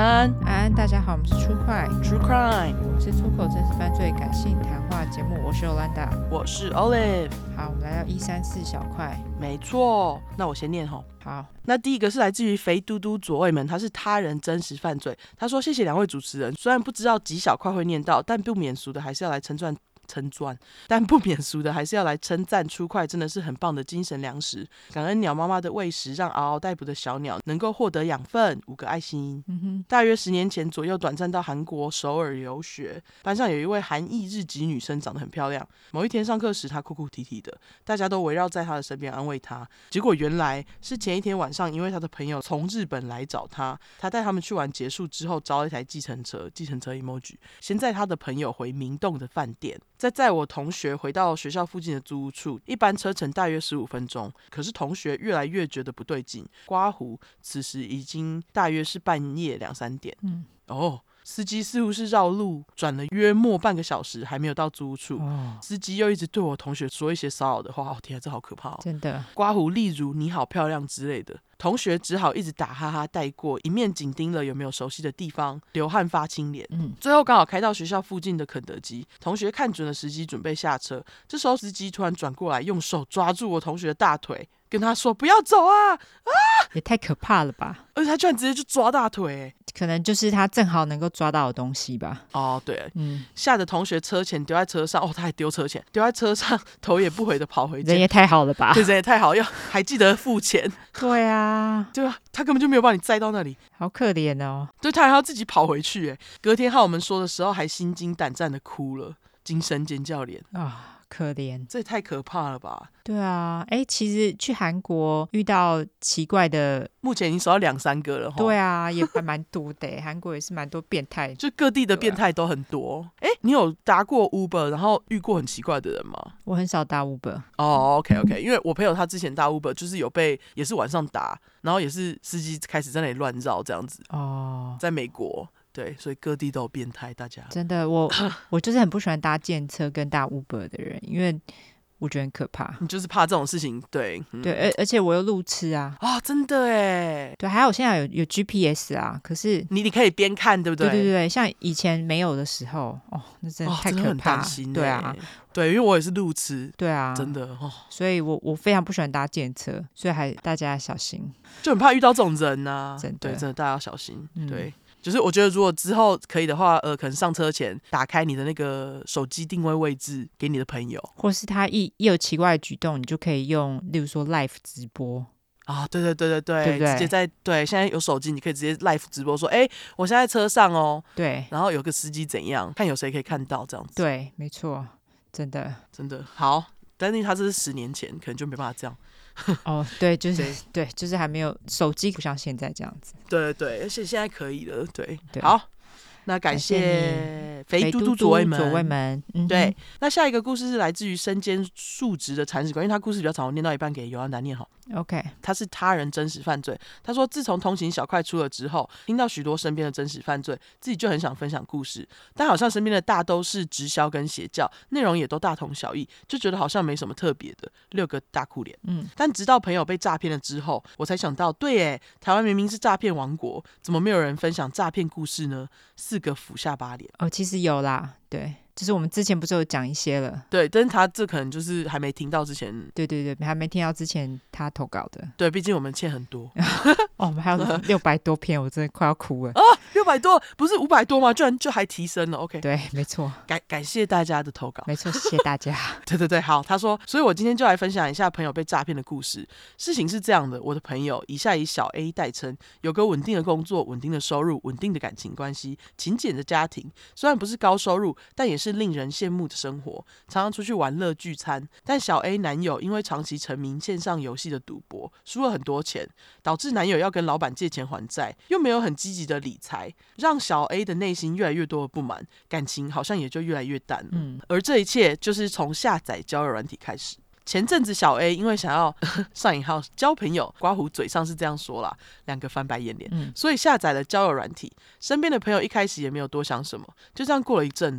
安， 大家好，我们是出快 True Crime， 我们是出口真实犯罪感性谈话节目，我是 Olanda， 我是 Olive。 好，我们来到134小块。 没错，那我先念吼。 好， 那第一个是来自于肥嘟嘟左卫门，他是他人真实犯罪。他说：“谢谢两位主持人，虽然不知道几小块会念到，但不免俗的还是要来称赞。但不免俗的还是要来称赞出快真的是很棒的精神粮食，感恩鸟妈妈的喂食，让嗷嗷待哺的小鸟能够获得养分，5个爱心。大约10年前左右，短暂到韩国首尔游学，班上有一位韩裔日籍女生，长得很漂亮。某一天上课时，她哭哭啼啼的，大家都围绕在她的身边安慰她。结果原来是前一天晚上，因为她的朋友从日本来找她，她带他们去玩结束之后，招了一台计程车 emoji， 先载她的朋友回明洞的饭店。再载我同学回到学校附近的租屋处，一般车程大约15分钟。可是同学越来越觉得不对劲，刮胡此时已经大约是半夜2、3点。司机似乎是绕路转了约莫半个小时，还没有到租屋处。司机又一直对我同学说一些骚扰的话。天啊，这好可怕哦！真的，刮胡例如你好漂亮之类的。同学只好一直打哈哈带过，一面紧盯了有没有熟悉的地方，流汗发青脸。最后刚好开到学校附近的肯德基，同学看准了时机准备下车，这时候司机突然转过来，用手抓住我同学的大腿，跟他说不要走啊！ 也太可怕了吧！ 而且他居然直接就抓大腿， 可能就是他正好能够抓到的东西吧。 对，吓得同学车钱丢在车上，他还丢车钱，丢在车上，头也不回的跑回家。 人也太好了吧？ 对，人也太好，还记得付钱。 对啊， 对啊，他根本就没有把你载到那里， 好可怜哦。 对，他还要自己跑回去。隔天和我们说的时候，还心惊胆战的哭了，惊声尖叫脸啊。可怜， 这也太可怕了吧？ 对啊，其实去韩国遇到奇怪的， 目前已经收到2、3个了。 对啊，也还蛮多的。韩国也是蛮多变态， 就各地的变态都很多。你有搭过 Uber 然后遇过很奇怪的人吗？ 我很少搭 Uber。 OK， 因为我朋友他之前搭 Uber 就是有被，也是晚上搭，然后也是司机开始在那里乱绕这样子。在美国。对，所以各地都有变态，大家真的，我就是很不喜欢搭电车跟搭 Uber 的人，因为我觉得很可怕。 你就是怕这种事情，对， 对，而且我又路痴啊。 真的耶。 对，还有现在有 GPS 啊，可是你可以边看，对不对？ 对，像以前没有的时候，那真的太可怕，真的很担心。 对啊， 对，因为我也是路痴。 对啊， 真的所以我非常不喜欢搭电车，所以大家要小心， 就很怕遇到这种人啊。 真的， 对，真的大家要小心。对。就是我觉得如果之后可以的话，可能上车前打开你的那个手机定位位置给你的朋友， 或是他一有奇怪的举动，你就可以用，例如说 live 直播对， 对不对？ 直接现在有手机，你可以直接 live 直播说，我现在在车上哦，对，然后有个司机怎样，看有谁可以看到这样子。 对，没错，真的好，但是他这是10年前，可能就没办法这样。 对，就是还没有手机，不像现在这样子。 对，而且现在可以了。对，好，那感谢肥嘟嘟左卫门。对，那下一个故事是来自于身兼数职的铲屎官，因为他故事比较长，我念到一半给尤安达念好。 OK， 他是他人真实犯罪。他说，自从通勤小块出了之后，听到许多身边的真实犯罪，自己就很想分享故事，但好像身边的大都是直销跟邪教，内容也都大同小异，就觉得好像没什么特别的。6个大哭脸。但直到朋友被诈骗了之后，我才想到，对耶，台湾明明是诈骗王国，怎么没有人分享诈骗故事呢？4个俯下巴脸。 其实有啦，对。就是我们之前不是有讲一些了， 对，但是他这可能就是还没听到之前， 对，还没听到之前他投稿的， 对，毕竟我们欠很多我们还有600多篇，我真的快要哭了 600多不是500多吗？居然就还提升了。 OK， 对，没错， 感谢大家的投稿， 没错，谢谢大家对，好，他说，所以我今天就来分享一下朋友被诈骗的故事。事情是这样的，我的朋友以下以小 A 代称，有个稳定的工作，稳定的收入，稳定的感情关系，勤俭的家庭，虽然不是高收入，但也是令人羡慕的生活，常常出去玩乐聚餐。但小 A 男友因为长期沉迷线上游戏的赌博，输了很多钱，导致男友要跟老板借钱还债，又没有很积极的理财，让小 A 的内心越来越多的不满，感情好像也就越来越淡了。而这一切就是从下载交友软体开始。前阵子小 A 因为想要上引号交朋友，刮胡嘴上是这样说啦，2个翻白眼脸，所以下载了交友软体。身边的朋友一开始也没有多想什么，就这样过了一阵子，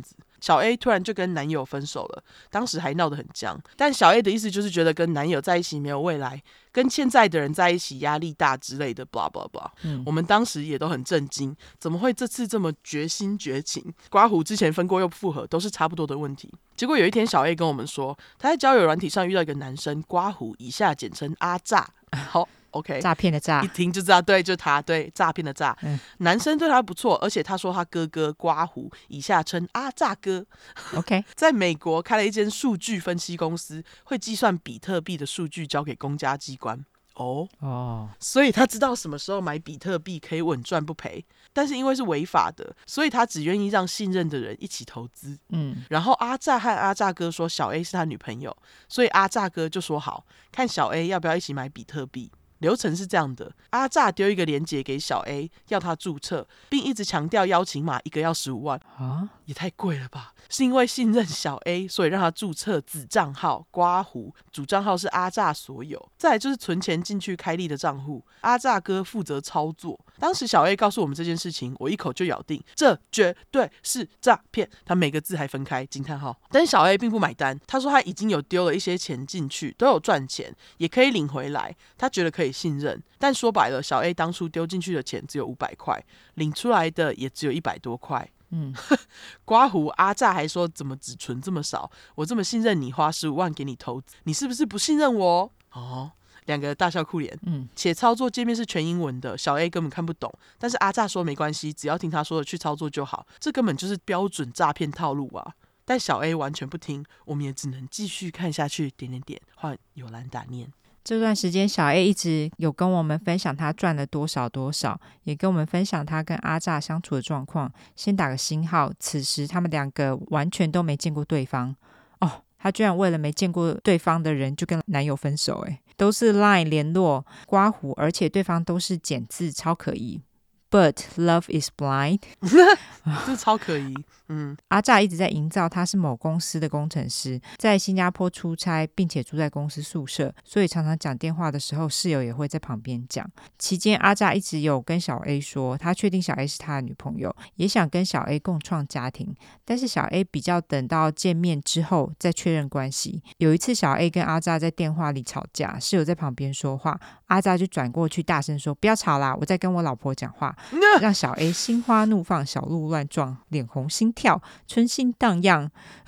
小 A 突然就跟男友分手了，当时还闹得很僵。但小 A 的意思就是觉得跟男友在一起没有未来，跟现在的人在一起压力大之类的 blah blah blah。我们当时也都很震惊，怎么会这次这么决心绝情？刮胡之前分过又复合，都是差不多的问题。结果有一天，小 A 跟我们说，他在交友软体上遇到一个男生，刮胡，以下简称阿诈。好。OK， 诈骗的诈， 一听就知道，对，就是他，对，诈骗的诈。男生对他不错，而且他说他哥哥刮胡，以下称阿诈哥。 OK， 在美国开了一间数据分析公司，会计算比特币的数据交给公家机关。所以他知道什么时候买比特币可以稳赚不赔，但是因为是违法的，所以他只愿意让信任的人一起投资。然后阿诈和阿诈哥说小 A 是他女朋友，所以阿诈哥就说好，看小 A 要不要一起买比特币。流程是这样的，阿诈丢一个连结给小 A， 要他注册，并一直强调邀请码一个要15万啊，也太贵了吧？是因为信任小 A， 所以让他注册子账号刮胡，主账号是阿诈所有。再来就是存钱进去开立的账户，阿诈哥负责操作。当时小 A 告诉我们这件事情，我一口就咬定这绝对是诈骗，他每个字还分开惊叹号。但是小 A 并不买单，他说他已经有丢了一些钱进去，都有赚钱，也可以领回来，他觉得可以信任。但说白了，小 A 当初丢进去的钱只有500块，领出来的也只有100多块。刮胡阿诈还说怎么只存这么少？我这么信任你，花15万给你投资，你是不是不信任我？两个大笑酷脸。且操作界面是全英文的，小 A 根本看不懂。但是阿诈说没关系，只要听他说的去操作就好，这根本就是标准诈骗套路啊！但小 A 完全不听，我们也只能继续看下去。换有兰达念。 这段时间小 A 一直有跟我们分享他赚了多少，也跟我们分享他跟阿诈相处的状况。先打个星号，此时他们两个完全都没见过对方。他居然为了没见过对方的人就跟男友分手，都是 LINE 联络刮胡，而且对方都是简字，超可疑。But love is blind 这超可疑。 阿诈一直在营造他是某公司的工程师，在新加坡出差，并且住在公司宿舍，所以常常讲电话的时候，室友也会在旁边讲。期间阿诈一直有跟小 A 说，他确定小 A 是他的女朋友，也想跟小 A 共创家庭，但是小 A 比较等到见面之后再确认关系。有一次小 A 跟阿诈在电话里吵架，室友在旁边说话，阿诈就转过去大声说不要吵啦，我在跟我老婆讲话，让小 A 心花怒放，小鹿乱撞，脸红心跳，春心荡漾，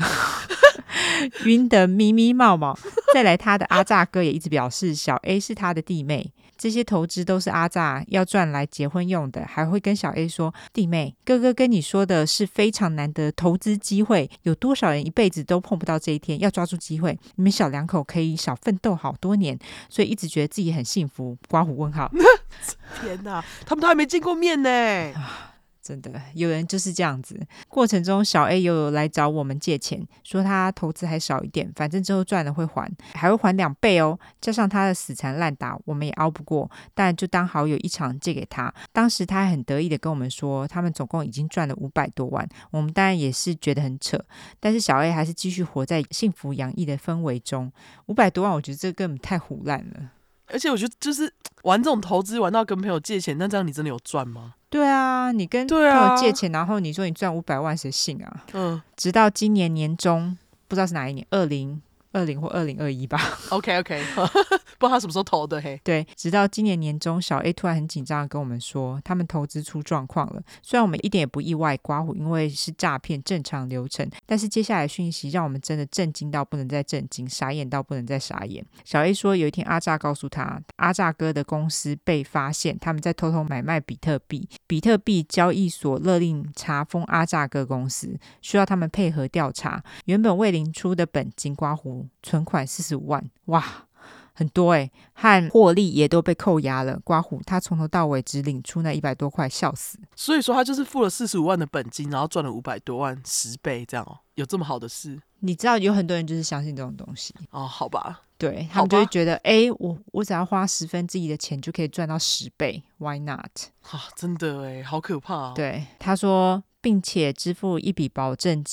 晕得迷迷冒冒。再来他的阿诈哥也一直表示小 A 是他的弟妹，这些投资都是阿诈要赚来结婚用的，还会跟小 A 说弟妹，哥哥跟你说的是非常难得投资机会，有多少人一辈子都碰不到这一天，要抓住机会，你们小两口可以少奋斗好多年，所以一直觉得自己很幸福。刮胡问号天哪，他们都还没见过面呢。 真的有人就是这样子。过程中小 A 有来找我们借钱，说他投资还少一点，反正之后赚了会还，还会还2倍哦。加上他的死缠烂打，我们也熬不过，但就当好友一场借给他。当时他还很得意的跟我们说，他们总共已经赚了500多万。我们当然也是觉得很扯，但是小 A 还是继续活在幸福洋溢的氛围中。500多万，我觉得这根本太胡乱了。 而且我觉得就是玩这种投资玩到跟朋友借钱，那这样你真的有赚吗？ 对啊，你跟朋友借钱，然后你说你赚500万，谁信啊？直到今年年中，不知道是哪一年，2020或2021吧。 OK， 不知道他什么时候投的嘿。 对，直到今年年中，小 A 突然很紧张的跟我们说，他们投资出状况了。虽然我们一点也不意外，刮胡因为是诈骗，正常流程，但是接下来讯息让我们真的震惊到不能再震惊，傻眼到不能再傻眼。小 A 说，有一天阿诈告诉他，阿诈哥的公司被发现他们在偷偷买卖比特币，比特币交易所勒令查封阿诈哥公司，需要他们配合调查。原本未领出的本金，刮胡存款45万，哇，很多和获利也都被扣押了。刮胡他从头到尾只领出那100多块，笑死。 所以说他就是付了45万的本金，然后赚了500多万，10倍这样哦？有这么好的事？ 你知道有很多人就是相信这种东西哦，好吧， 对，他们就会觉得我只要花1/10的钱就可以赚到10倍 Why not？ 真的好可怕哦。 对，他说并且支付一笔保证金，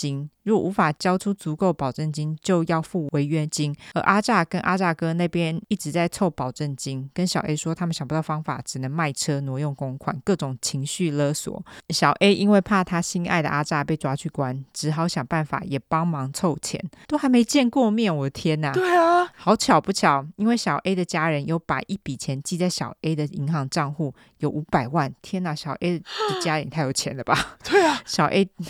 如果无法交出足够保证金，就要付违约金。而阿炸跟阿炸哥那边一直在凑保证金，跟小 A 说他们想不到方法，只能卖车挪用公款，各种情绪勒索。小 A 因为怕他心爱的阿炸被抓去关，只好想办法也帮忙凑钱。都还没见过面，我的天哪！ 对啊， 好巧不巧，因为小 A 的家人有把一笔钱记在小 A 的银行账户，有500万。天哪，小 A 的家人也太有钱了吧？ 对啊， 小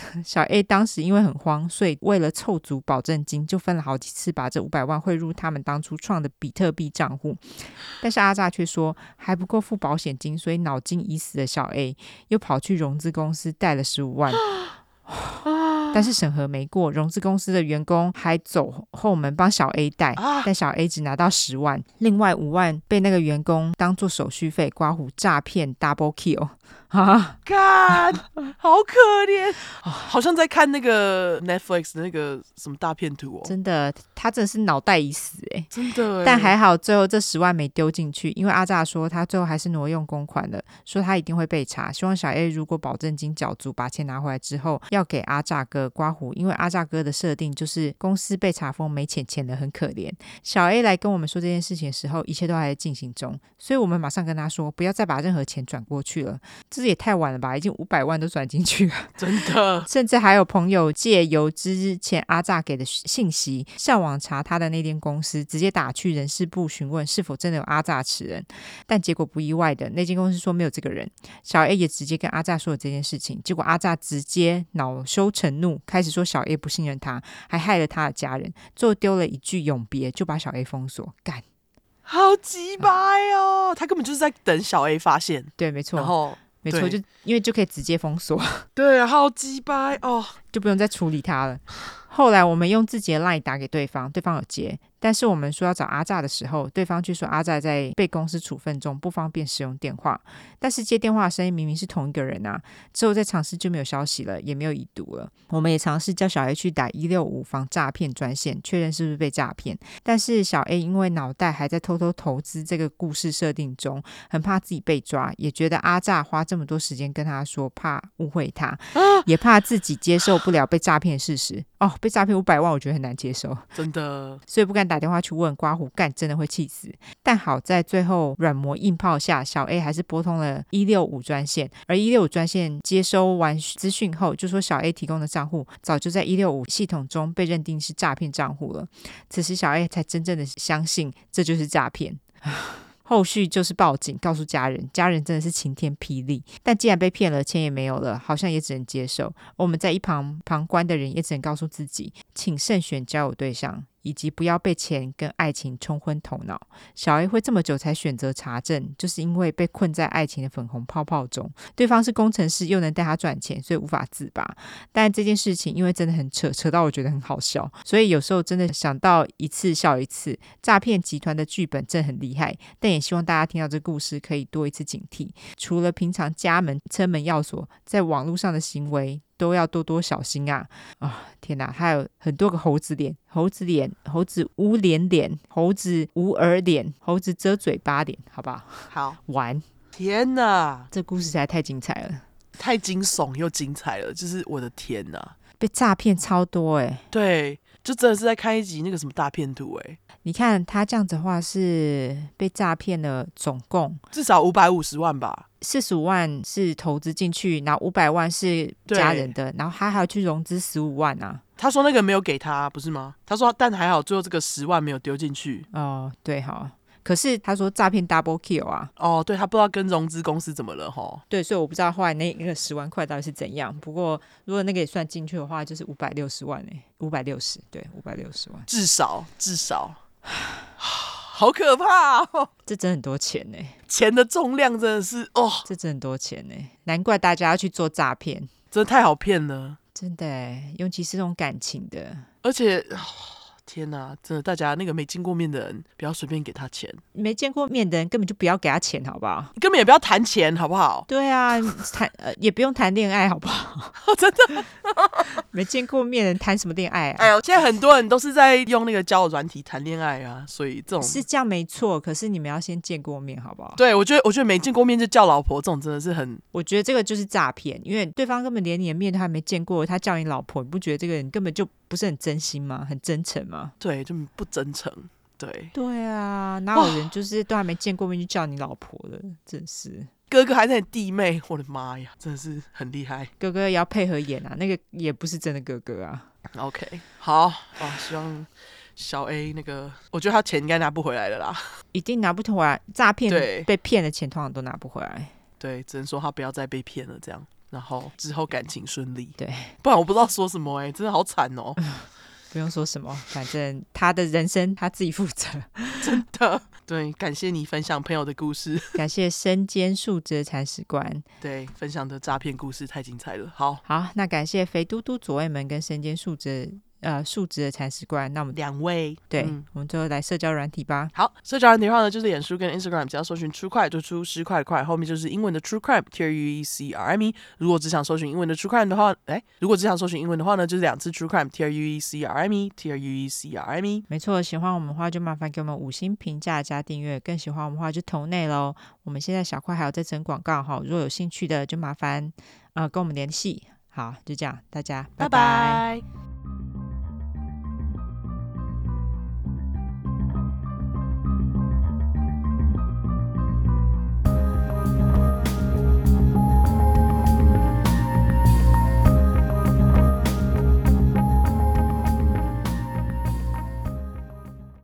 A 当时因为很慌，所以为了凑足保证金，就分了好几次把这500万汇入他们当初创的比特币账户。但是阿炸却说还不够付保险金，所以脑筋已死的小 A 又跑去融资公司贷了15万。但是审核没过，融资公司的员工还走后门帮小 A 贷，但小 A 只拿到10万，另外5万被那个员工当做手续费，刮胡诈骗 double kill。 干，好可怜，好像在看那个 Netflix 的那个什么大片图哦。 真的，他真的是脑袋已死真的。 但还好最后这10万没丢进去，因为阿炸说他最后还是挪用公款了，说他一定会被查，希望小 A 如果保证金缴足，把钱拿回来之后要给阿炸哥刮胡，因为阿炸哥的设定就是公司被查封没钱的很可怜。小 A 来跟我们说这件事情的时候，一切都还在进行中，所以我们马上跟他说不要再把任何钱转过去了，这也太晚了吧，已经500万都转进去了。 真的。 甚至还有朋友借由之前阿炸给的信息上网查他的那间公司，直接打去人事部询问是否真的有阿炸此人，但结果不意外的，那间公司说没有这个人。小 A 也直接跟阿炸说了这件事情，结果阿炸直接恼羞成怒，开始说小 A 不信任他，还害了他的家人，最后丢了一句永别就把小 A 封锁。干， 好鸡掰哦！他根本就是在等小 A 发现。 对，没错， 然后没错，就因为就可以直接封锁。 对，好鸡掰哦， 就不用再处理他了。后来我们用自己的 LINE 打给对方，对方有接，但是我们说要找阿炸的时候，对方却说阿炸在被公司处分中，不方便使用电话。但是接电话的声音明明是同一个人啊！之后再尝试就没有消息了，也没有已读了。我们也尝试叫小 A 去打165防诈骗专线，确认是不是被诈骗。但是小 A 因为脑袋还在偷偷投资这个故事设定中，很怕自己被抓，也觉得阿炸花这么多时间跟他说，怕误会他，也怕自己接受不了被诈骗的事实。被诈骗500万，我觉得很难接受， 真的， 所以不敢打电话去问刮胡，干真的会气死。但好在最后软磨硬泡下，小 A 还是拨通了165专线，而165专线接收完资讯后，就说小 A 提供的账户早就在165系统中被认定是诈骗账户了。此时小 A 才真正的相信这就是诈骗。后续就是报警告诉家人，家人真的是晴天霹雳，但既然被骗了，钱也没有了，好像也只能接受。我们在一旁旁观的人也只能告诉自己，请慎选交友对象，以及不要被钱跟爱情冲昏头脑。小 A 会这么久才选择查证，就是因为被困在爱情的粉红泡泡中，对方是工程师又能带他赚钱，所以无法自拔。但这件事情因为真的很扯到我觉得很好笑，所以有时候真的想到一次笑一次。诈骗集团的剧本真的很厉害，但也希望大家听到这故事可以多一次警惕，除了平常家门车门要锁，在网络上的行为都要多多小心啊！天哪，还有很多个猴子脸，猴子无脸脸，猴子无耳脸，猴子遮嘴巴脸，好不好？ 好完！ 天哪， 这故事实在太精彩了， 太惊悚又精彩了，就是我的天哪， 被诈骗超多对，就真的是在看一集那个什么大片图你看他这样子的话是被诈骗了，总共至少550万吧。 45万是投资进去，然后500万是家人的，然后他还要去融资15万啊。 他说那个没有给他，不是吗？他说但还好最后这个10万没有丢进去。 对，好。可是他说诈骗 double kill 啊。 对，他不知道跟融资公司怎么了齁。 对，所以我不知道后来那个10万块到底是怎样。不过如果那个也算进去的话，就是560万560，对，560万， 至少好可怕哦！ 这真很多钱钱的重量真的是这真很多钱难怪大家要去做诈骗， 真的太好骗了， 真的尤其是这种感情的， 而且天哪，真的，大家那个没见过面的人不要随便给他钱， 没见过面的人根本就不要给他钱，好不好？ 根本也不要谈钱，好不好？ 对啊，也不用谈恋爱，好不好？ 真的， 没见过面的人谈什么恋爱啊？ 哎呦，现在很多人都是在用那个交友软体谈恋爱啊，所以这种是这样没错，可是你们要先见过面，好不好？ 对，我觉得没见过面就叫老婆，这种真的是很， 我觉得这个就是诈骗，因为对方根本连你的面都还没见过，他叫你老婆，你不觉得这个人根本就不是很真心吗？很真诚吗？ 对，就不真诚。 对啊，哪有人就是都还没见过面就叫你老婆的，真是。 哥哥还是你弟妹，我的妈呀，真的是很厉害。 哥哥也要配合演啊，那个也不是真的哥哥啊。 OK， 好希望小 A 那个，我觉得他钱应该拿不回来了啦。 一定拿不回来，诈骗被骗的钱通常都拿不回来。 对，只能说他不要再被骗了，这样，然后之后感情顺利。 对， 不然我不知道说什么真的好惨哦。 不用说什么，反正他的人生他自己负责。 真的，对，感谢你分享朋友的故事， 感谢身兼数职的铲屎官， 对，分享的诈骗故事太精彩了。好， 那感谢肥嘟嘟左卫门跟身兼数职的铲屎官。那我们 2位， 对，我们最后来社交软体吧。 好，社交软体的话呢，就是脸书跟 Instagram， 只要搜寻 True Crime 就出10块的块，后面就是英文的 True Crime TRUECRIME。如果只想搜寻英文的 True Crime 的话，呢，就是2次 True Crime TRUECRIME。 没错，喜欢我们的话就麻烦给我们5星评价加订阅，更喜欢我们的话就投内咯。我们现在小块还有在整广告哈，如果有兴趣的就麻烦跟我们联系。好，就这样，大家拜拜。